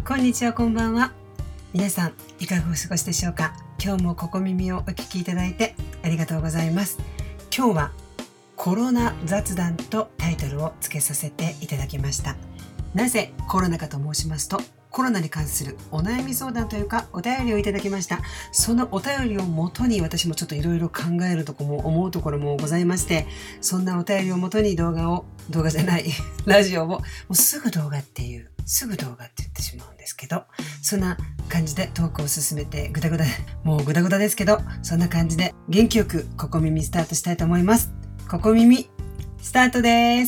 こんにちは、こんばんは。皆さんいかがお過ごしでしょうか。今日もここ耳をお聞きいただいてありがとうございます。今日はコロナ雑談とタイトルをつけさせていただきました。なぜコロナかと申しますと、コロナに関するお悩み相談というかお便りをいただきました。そのお便りをもとに私もちょっといろいろ考えるところも思うところもございまして、そんなお便りをもとに動画じゃないラジオをもうすぐ動画って言ってしまうんですけど、そんな感じでトークを進めてグダグダですけど、そんな感じで元気よくここ耳スタートしたいと思います。ここ耳スタートです。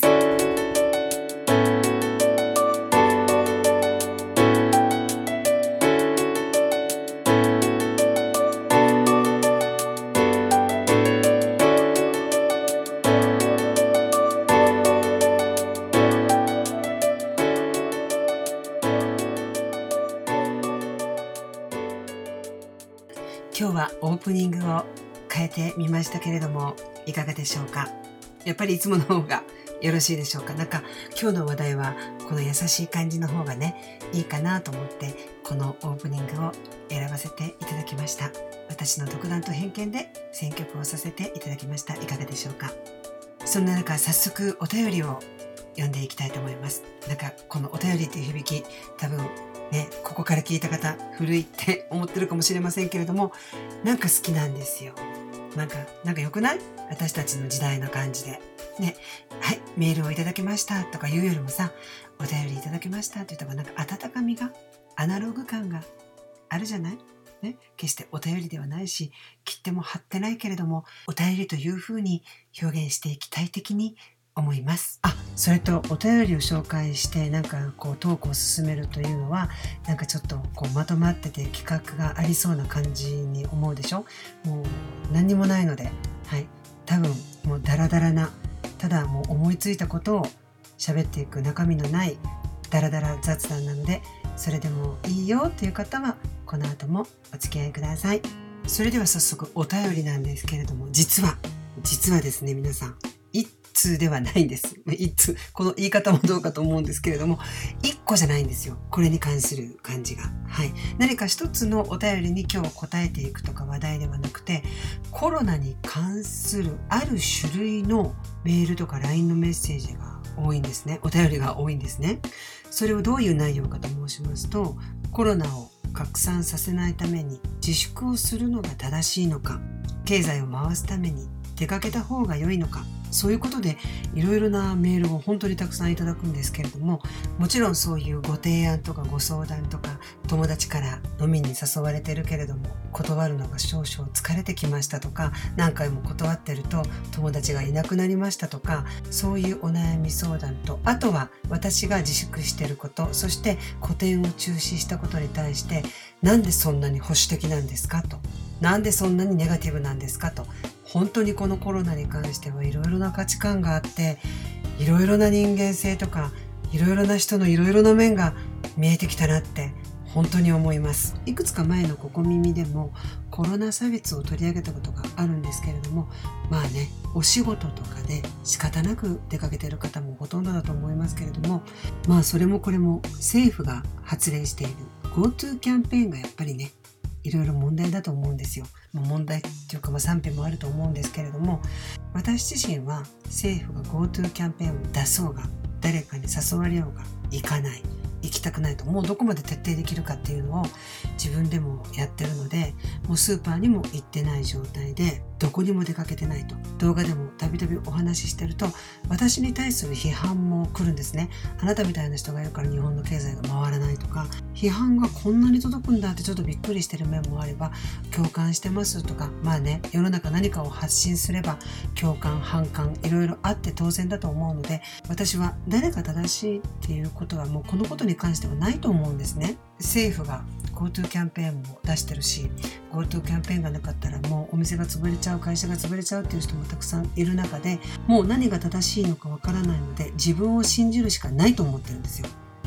今日はオープニングを変えてみましたけれども、いかがでしょうか。やっぱりいつもの方がよろしいでしょうか。なんか今日の話題はこの優しい感じの方がね、いいかなと思ってこのオープニングを選ばせていただきました。私の独断と偏見で選曲をさせていただきました。いかがでしょうか。そんな中、早速お便りを読んでいきたいと思います。なんかこのお便りっていう響き、多分ね、ここから聞いた方古いって思ってるかもしれませんけれども、なんか好きなんですよ。なんか良くない？私たちの時代の感じでね、はい、メールをいただきましたとか言うよりもさ、お便りいただきましたって言った方がなんか温かみが、アナログ感があるじゃないね。決してお便りではないし、切っても貼ってないけれども、お便りという風に表現していきたい的に思います。それとお便りを紹介してなんかこうトークを進めるというのは、なんかちょっとこうまとまってて企画がありそうな感じに思うでしょ。もう何にもないので、はい、多分もうダラダラな、ただもう思いついたことを喋っていく中身のないダラダラ雑談なので、それでもいいよという方はこの後もお付き合いください。それでは早速お便りなんですけれども、実はですね、皆さん一通ではないんです。一通、この言い方もどうかと思うんですけれども、一個じゃないんですよ。これに関する感じが。はい。何か一つのお便りに今日答えていくとか話題ではなくて、コロナに関するある種類のメールとか LINE のメッセージが多いんですね。お便りが多いんですね。それをどういう内容かと申しますと、コロナを拡散させないために自粛をするのが正しいのか、経済を回すために出かけた方が良いのか、そういうことでいろいろなメールを本当にたくさんいただくんですけれども、もちろんそういうご提案とかご相談とか、友達から飲みに誘われてるけれども断るのが少々疲れてきましたとか、何回も断ってると友達がいなくなりましたとか、そういうお悩み相談と、あとは私が自粛してること、そして個展を中止したことに対して、なんでそんなに保守的なんですかと、なんでそんなにネガティブなんですかと、本当にこのコロナに関してはいろいろな価値観があって、いろいろな人間性とか、いろいろな人のいろいろな面が見えてきたなって本当に思います。いくつか前のここ耳でもコロナ差別を取り上げたことがあるんですけれども、まあね、お仕事とかで仕方なく出かけている方もほとんどだと思いますけれども、まあそれもこれも政府が発令している GoTo キャンペーンがやっぱりね、いろいろ問題だと思うんですよ。問題っていうか賛否もあると思うんですけれども、私自身は政府が GoTo キャンペーンを出そうが、誰かに誘われようが行かない、行きたくないと、もうどこまで徹底できるかっていうのを自分でもやってるので、もうスーパーにも行ってない状態で、どこにも出かけてないと、動画でもたびたびお話ししてると、私に対する批判も来るんですね。あなたみたいな人がいるから日本の経済が回らないとか、批判がこんなに届くんだってちょっとびっくりしてる面もあれば、共感してますとか、まあね、世の中何かを発信すれば共感反感いろいろあって当然だと思うので、私は誰が正しいっていうことはもうこのことに関してはないと思うんですね。政府が GoTo キャンペーンも出してるし、 GoTo キャンペーンがなかったらもうお店が潰れちゃう、会社が潰れちゃうっていう人もたくさんいる中で、もう何が正しいのかわからないので自分を信じるしかないと思ってるんですよ。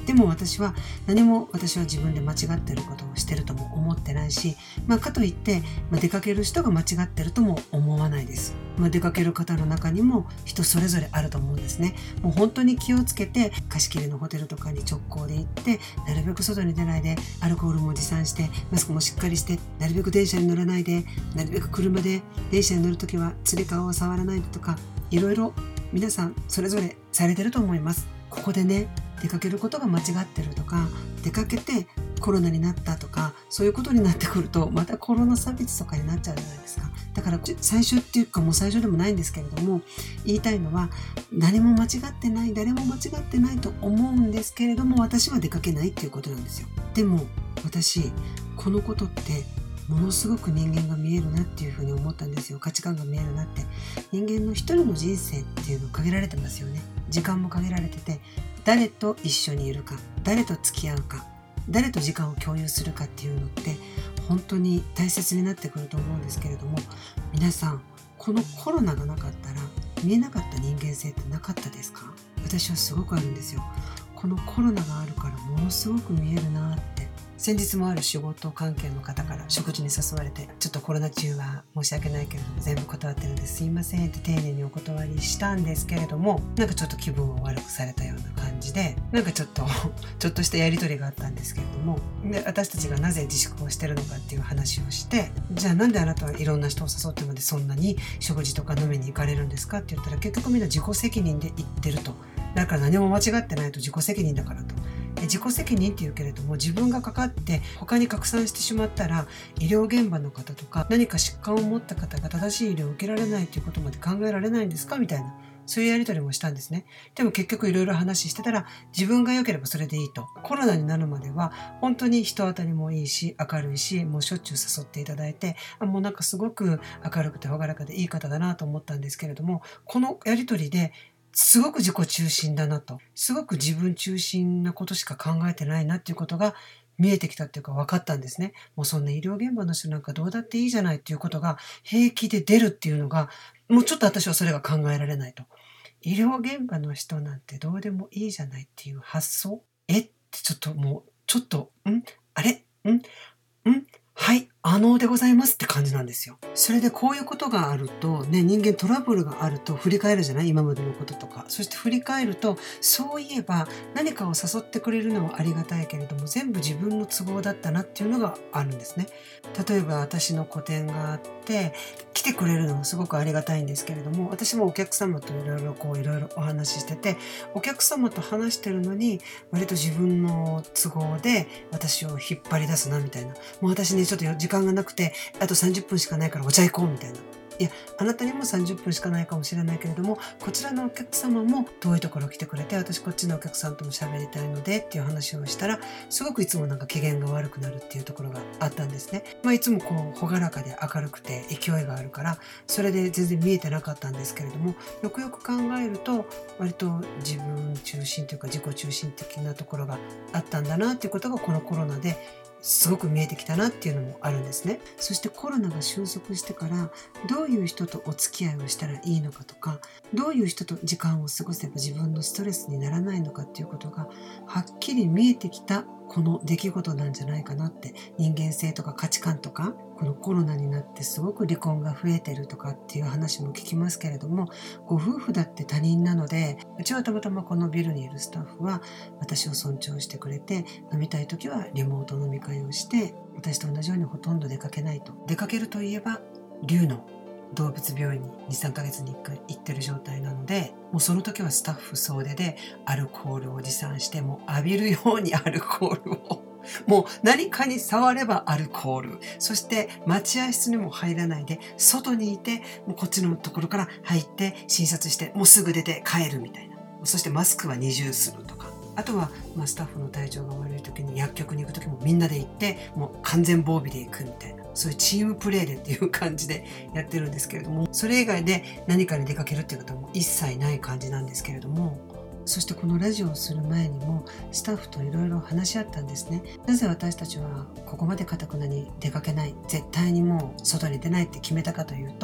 でも私は自分で間違ってることをしてるとも思ってないし、かといって、出かける人が間違ってるとも思わないです。出かける方の中にも人それぞれあると思うんですね。もう本当に気をつけて貸し切りのホテルとかに直行で行って、なるべく外に出ないで、アルコールも持参して、マスクもしっかりして、なるべく電車に乗らないで、なるべく車で電車に乗るときはつり革を触らないでとか、いろいろ皆さんそれぞれされてると思います。ここでね、出かけることが間違ってるとか、出かけてコロナになったとか、そういうことになってくるとまたコロナ差別とかになっちゃうじゃないですか。だから最初っていうか、もう最初でもないんですけれども、言いたいのは、何も間違ってない、誰も間違ってないと思うんですけれども、私は出かけないっていうことなんですよ。でも私、このことってものすごく人間が見えるなっていうふうに思ったんですよ。価値観が見えるなって。人間の一人の人生っていうの限られてますよね。時間も限られてて、誰と一緒にいるか、誰と付き合うか、誰と時間を共有するかっていうのって本当に大切になってくると思うんですけれども、皆さん、このコロナがなかったら見えなかった人間性ってなかったですか？私はすごくあるんですよ。このコロナがあるからものすごく見えるなって。先日もある仕事関係の方から食事に誘われて、ちょっとコロナ中は申し訳ないけれども全部断ってるんですいませんって丁寧にお断りしたんですけれども、ちょっと気分を悪くされたような感じで、ちょっとしたやり取りがあったんですけれども、で私たちがなぜ自粛をしてるのかっていう話をして、じゃあなんであなたはいろんな人を誘ってまでそんなに食事とか飲みに行かれるんですかって言ったら、結局みんな自己責任で行ってると。だから何も間違ってないと、自己責任だからと。自己責任っていうけれども、自分がかかって他に拡散してしまったら、医療現場の方とか何か疾患を持った方が正しい医療を受けられないということまで考えられないんですかみたいな、そういうやり取りもしたんですね。でも結局いろいろ話してたら、自分が良ければそれでいいと。コロナになるまでは本当に人当たりもいいし明るいし、もうしょっちゅう誘っていただいて、もうすごく明るくて朗らかでいい方だなと思ったんですけれども、このやり取りですごく自己中心だなと、すごく自分中心なことしか考えてないなっていうことが見えてきたっていうか分かったんですね。もうそんな医療現場の人なんかどうだっていいじゃないっていうことが平気で出るっていうのが、もうちょっと私はそれが考えられないと。医療現場の人なんてどうでもいいじゃないっていう発想、ってちょっとあれはい、でございますって感じなんですよ。それでこういうことがあるとね、人間トラブルがあると振り返るじゃない、今までのこととか。そして振り返ると、そういえば何かを誘ってくれるのはありがたいけれども、全部自分の都合だったなっていうのがあるんですね。例えば私の個展があって来てくれるのはすごくありがたいんですけれども、私もお客様といろいろお話ししてて、お客様と話してるのに割と自分の都合で私を引っ張り出すなみたいな。もう私ね、ちょっと時間がなくてあと30分しかないからお茶行こうみたいな。いや、あなたにも30分しかないかもしれないけれども、こちらのお客様も遠いところ来てくれて、私こっちのお客さんとも喋りたいのでっていう話をしたら、すごくいつも機嫌が悪くなるっていうところがあったんですね。いつも朗らかで明るくて勢いがあるから、それで全然見えてなかったんですけれども、よくよく考えると割と自分中心というか自己中心的なところがあったんだなっていうことが、このコロナですごく見えてきたなっていうのもあるんですね。そしてコロナが収束してから、どういう人とお付き合いをしたらいいのかとか、どういう人と時間を過ごせば自分のストレスにならないのかっていうことがはっきり見えてきたこの出来事なんじゃないかなって。人間性とか価値観とか、このコロナになってすごく離婚が増えてるとかっていう話も聞きますけれども、ご夫婦だって他人なので、うちはたまたまこのビルにいるスタッフは私を尊重してくれて、飲みたい時はリモート飲み会をして、私と同じようにほとんど出かけないと。出かけるといえば龍の動物病院に 2,3 ヶ月に1回行ってる状態なので、もうその時はスタッフ総出でアルコールを持参して、もう浴びるようにアルコールをもう何かに触ればアルコール、そして待合室にも入らないで外にいて、もうこっちのところから入って診察して、もうすぐ出て帰るみたいな。そしてマスクは二重するとか、あとはスタッフの体調が悪い時に薬局に行く時もみんなで行って、もう完全防備で行くみたいな、そういうチームプレーでっていう感じでやってるんですけれども、それ以外で何かに出かけるっていうことはも一切ない感じなんですけれども、そしてこのラジオをする前にもスタッフといろいろ話し合ったんですね。なぜ私たちはここまで固くなに出かけない、絶対にもう外に出ないって決めたかというと、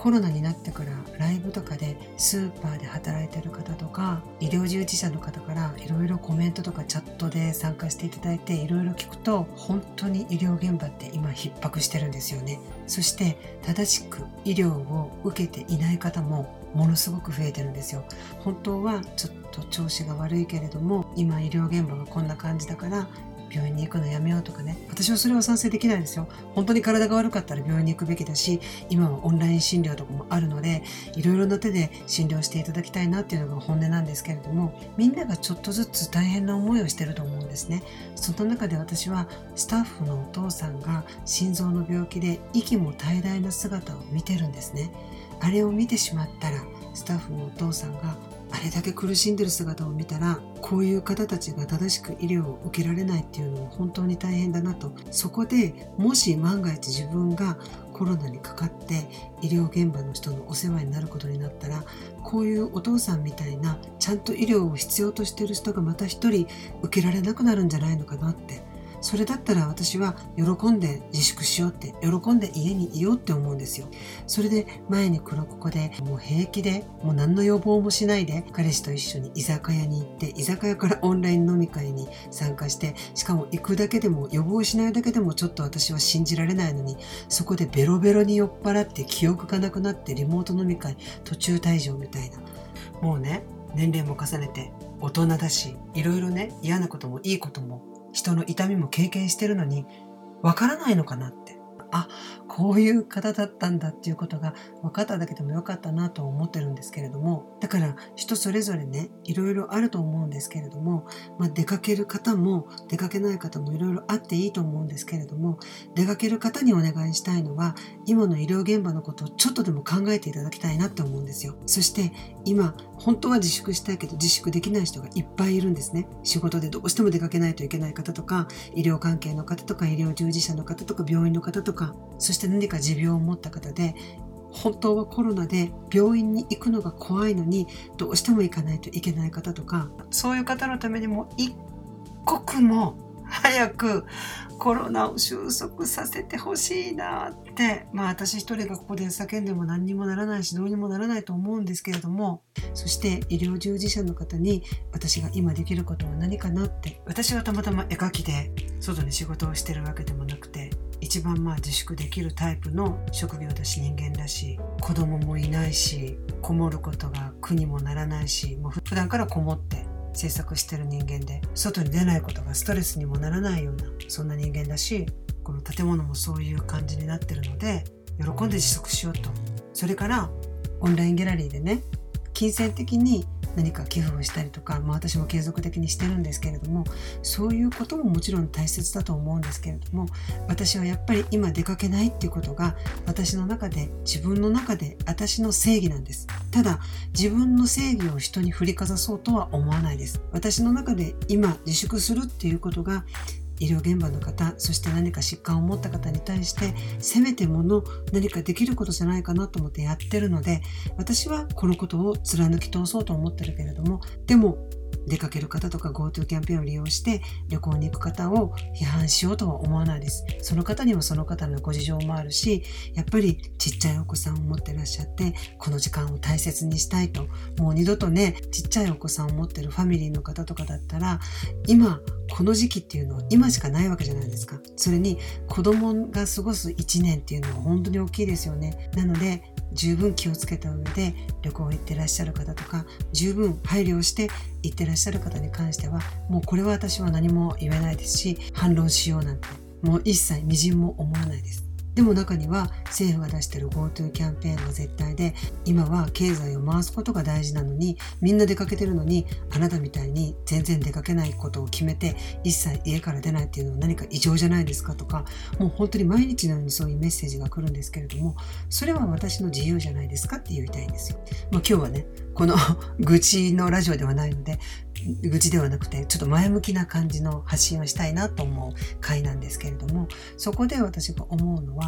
コロナになってからライブとかでスーパーで働いてる方とか医療従事者の方からいろいろコメントとかチャットで参加していただいていろいろ聞くと、本当に医療現場って今逼迫してるんですよね。そして正しく医療を受けていない方もものすごく増えてるんですよ。本当はちょっと調子が悪いけれども、今医療現場がこんな感じだから病院に行くのやめようとかね、私はそれは賛成できないですよ。本当に体が悪かったら病院に行くべきだし、今はオンライン診療とかもあるので、いろいろな手で診療していただきたいなっていうのが本音なんですけれども、みんながちょっとずつ大変な思いをしてると思うんですね。その中で私はスタッフのお父さんが心臓の病気で息も絶え絶えな姿を見てるんですね。あれを見てしまったら、スタッフのお父さんがあれだけ苦しんでる姿を見たら、こういう方たちが正しく医療を受けられないっていうのは本当に大変だなと。そこでもし万が一自分がコロナにかかって医療現場の人のお世話になることになったら、こういうお父さんみたいなちゃんと医療を必要としている人がまた一人受けられなくなるんじゃないのかなって。それだったら私は喜んで自粛しようって、喜んで家にいようって思うんですよ。それで前に黒ここでもう平気でもう何の予防もしないで彼氏と一緒に居酒屋に行って、居酒屋からオンライン飲み会に参加して、しかも行くだけでも予防しないだけでもちょっと私は信じられないのに、そこでベロベロに酔っ払って記憶がなくなってリモート飲み会途中退場みたいな。もうね、年齢も重ねて大人だし、いろいろね、嫌なこともいいことも人の痛みも経験してるのにわからないのかなって。あ、こういう方だったんだっていうことが分かっただけでもよかったなと思ってるんですけれども、だから人それぞれね、いろいろあると思うんですけれども、出かける方も出かけない方もいろいろあっていいと思うんですけれども、出かける方にお願いしたいのは、今の医療現場のことをちょっとでも考えていただきたいなって思うんですよ。そして今本当は自粛したいけど自粛できない人がいっぱいいるんですね。仕事でどうしても出かけないといけない方とか、医療関係の方とか、医療従事者の方とか、病院の方とか、そして何か持病を持った方で、本当はコロナで病院に行くのが怖いのにどうしても行かないといけない方とか、そういう方のためにも一刻も早くコロナを収束させてほしいなって、私一人がここで叫んでも何にもならないしどうにもならないと思うんですけれども、そして医療従事者の方に私が今できることは何かなって。私はたまたま絵描きで外に仕事をしてるわけでもなくて、一番自粛できるタイプの職業だし人間だし、子供もいないし、こもることが苦にもならないし、もう普段からこもって制作してる人間で、外に出ないことがストレスにもならないようなそんな人間だし、この建物もそういう感じになってるので喜んで持続しようと。それからオンラインギャラリーでね、金銭的に何か寄付をしたりとか、私も継続的にしてるんですけれども、そういうことももちろん大切だと思うんですけれども、私はやっぱり今出かけないっていうことが私の中で、自分の中で私の正義なんです。ただ自分の正義を人に振りかざそうとは思わないです。私の中で今自粛するっていうことが医療現場の方、そして何か疾患を持った方に対してせめてもの何かできることじゃないかなと思ってやってるので、私はこのことを貫き通そうと思ってるけれども、でも出かける方とか GoTo キャンペーンを利用して旅行に行く方を批判しようとは思わないです。その方にはその方のご事情もあるし、やっぱりちっちゃいお子さんを持ってらっしゃって、この時間を大切にしたいと、もう二度とね、ちっちゃいお子さんを持ってるファミリーの方とかだったら、今この時期っていうのは今しかないわけじゃないですか。それに子供が過ごす1年っていうのは本当に大きいですよね。なので十分気をつけた上で旅行行ってらっしゃる方とか、十分配慮して行ってらっしゃる方に関しては、もうこれは私は何も言えないですし、反論しようなんてもう一切みじんも思わないです。でも中には政府が出している GoTo キャンペーンが絶対で、今は経済を回すことが大事なのに、みんな出かけてるのにあなたみたいに全然出かけないことを決めて一切家から出ないっていうのは何か異常じゃないですかとか、もう本当に毎日のようにそういうメッセージが来るんですけれども、それは私の自由じゃないですかって言いたいんですよ。今日はね、この愚痴のラジオではないので、愚痴ではなくてちょっと前向きな感じの発信をしたいなと思う回なんですけれども、そこで私が思うのは、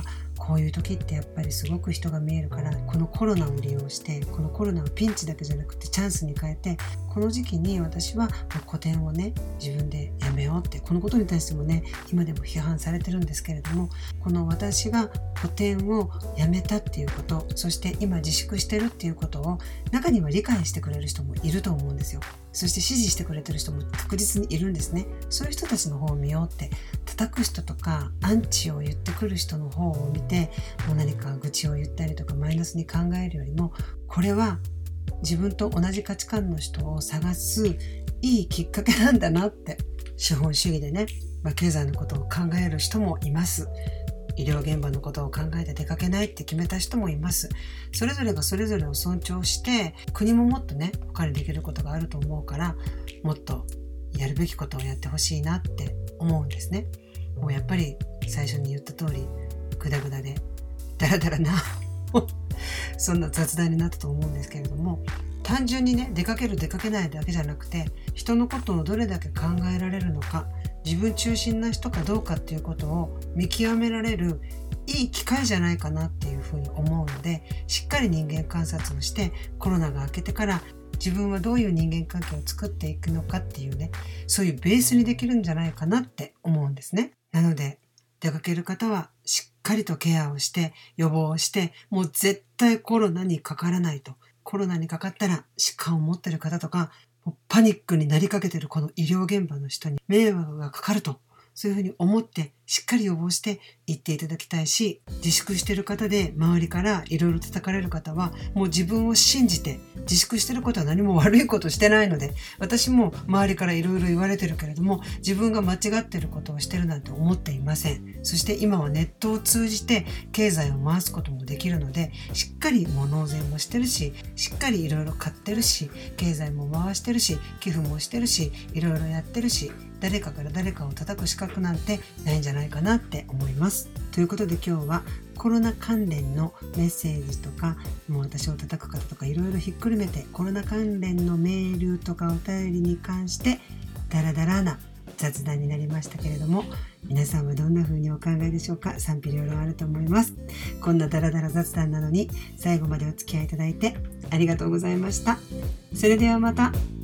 こういう時ってやっぱりすごく人が見えるから、このコロナを利用して、このコロナをピンチだけじゃなくてチャンスに変えて、この時期に私は個展をね自分でやめようって、このことに対してもね今でも批判されてるんですけれども、この私が個展をやめたっていうこと、そして今自粛してるっていうことを中には理解してくれる人もいると思うんですよ。そして支持してくれてる人も確実にいるんですね。そういう人たちの方を見ようって、叩く人とかアンチを言ってくる人の方を見てもう何か愚痴を言ったりとかマイナスに考えるよりも、これは自分と同じ価値観の人を探すいいきっかけなんだなって。資本主義でね、経済のことを考える人もいます。医療現場のことを考えて出かけないって決めた人もいます。それぞれがそれぞれを尊重して、国ももっとね他にできることがあると思うから、もっとやるべきことをやってほしいなって思うんですね。もうやっぱり最初に言った通りグダグダでダラダラなそんな雑談になったと思うんですけれども、単純にね出かける出かけないだけじゃなくて、人のことをどれだけ考えられるのか、自分中心な人かどうかっていうことを見極められるいい機会じゃないかなっていうふうに思うので、しっかり人間観察をして、コロナが明けてから自分はどういう人間関係を作っていくのかっていうね、そういうベースにできるんじゃないかなって思うんですね。なので出かける方はしっかりとケアをして予防をして、もう絶対コロナにかからないと。コロナにかかったら疾患を持ってる方とか、もうパニックになりかけてるこの医療現場の人に迷惑がかかると、そういうふうに思ってしっかり予防して言っていただきたいし、自粛してる方で周りからいろいろ叩かれる方はもう自分を信じて、自粛してることは何も悪いことしてないので、私も周りからいろいろ言われてるけれども自分が間違ってることをしてるなんて思っていません。そして今はネットを通じて経済を回すこともできるので、しっかりもう納税もしてるし、しっかりいろいろ買ってるし、経済も回してるし、寄付もしてるし、いろいろやってるし、誰かから誰かを叩く資格なんてないんじゃないかなって思います。ということで今日はコロナ関連のメッセージとか、もう私を叩く方とかいろいろひっくるめて、コロナ関連のメールとかお便りに関してダラダラな雑談になりましたけれども、皆さんはどんな風にお考えでしょうか。賛否両論あると思います。こんなダラダラ雑談なのに最後までお付き合いいただいてありがとうございました。それではまた。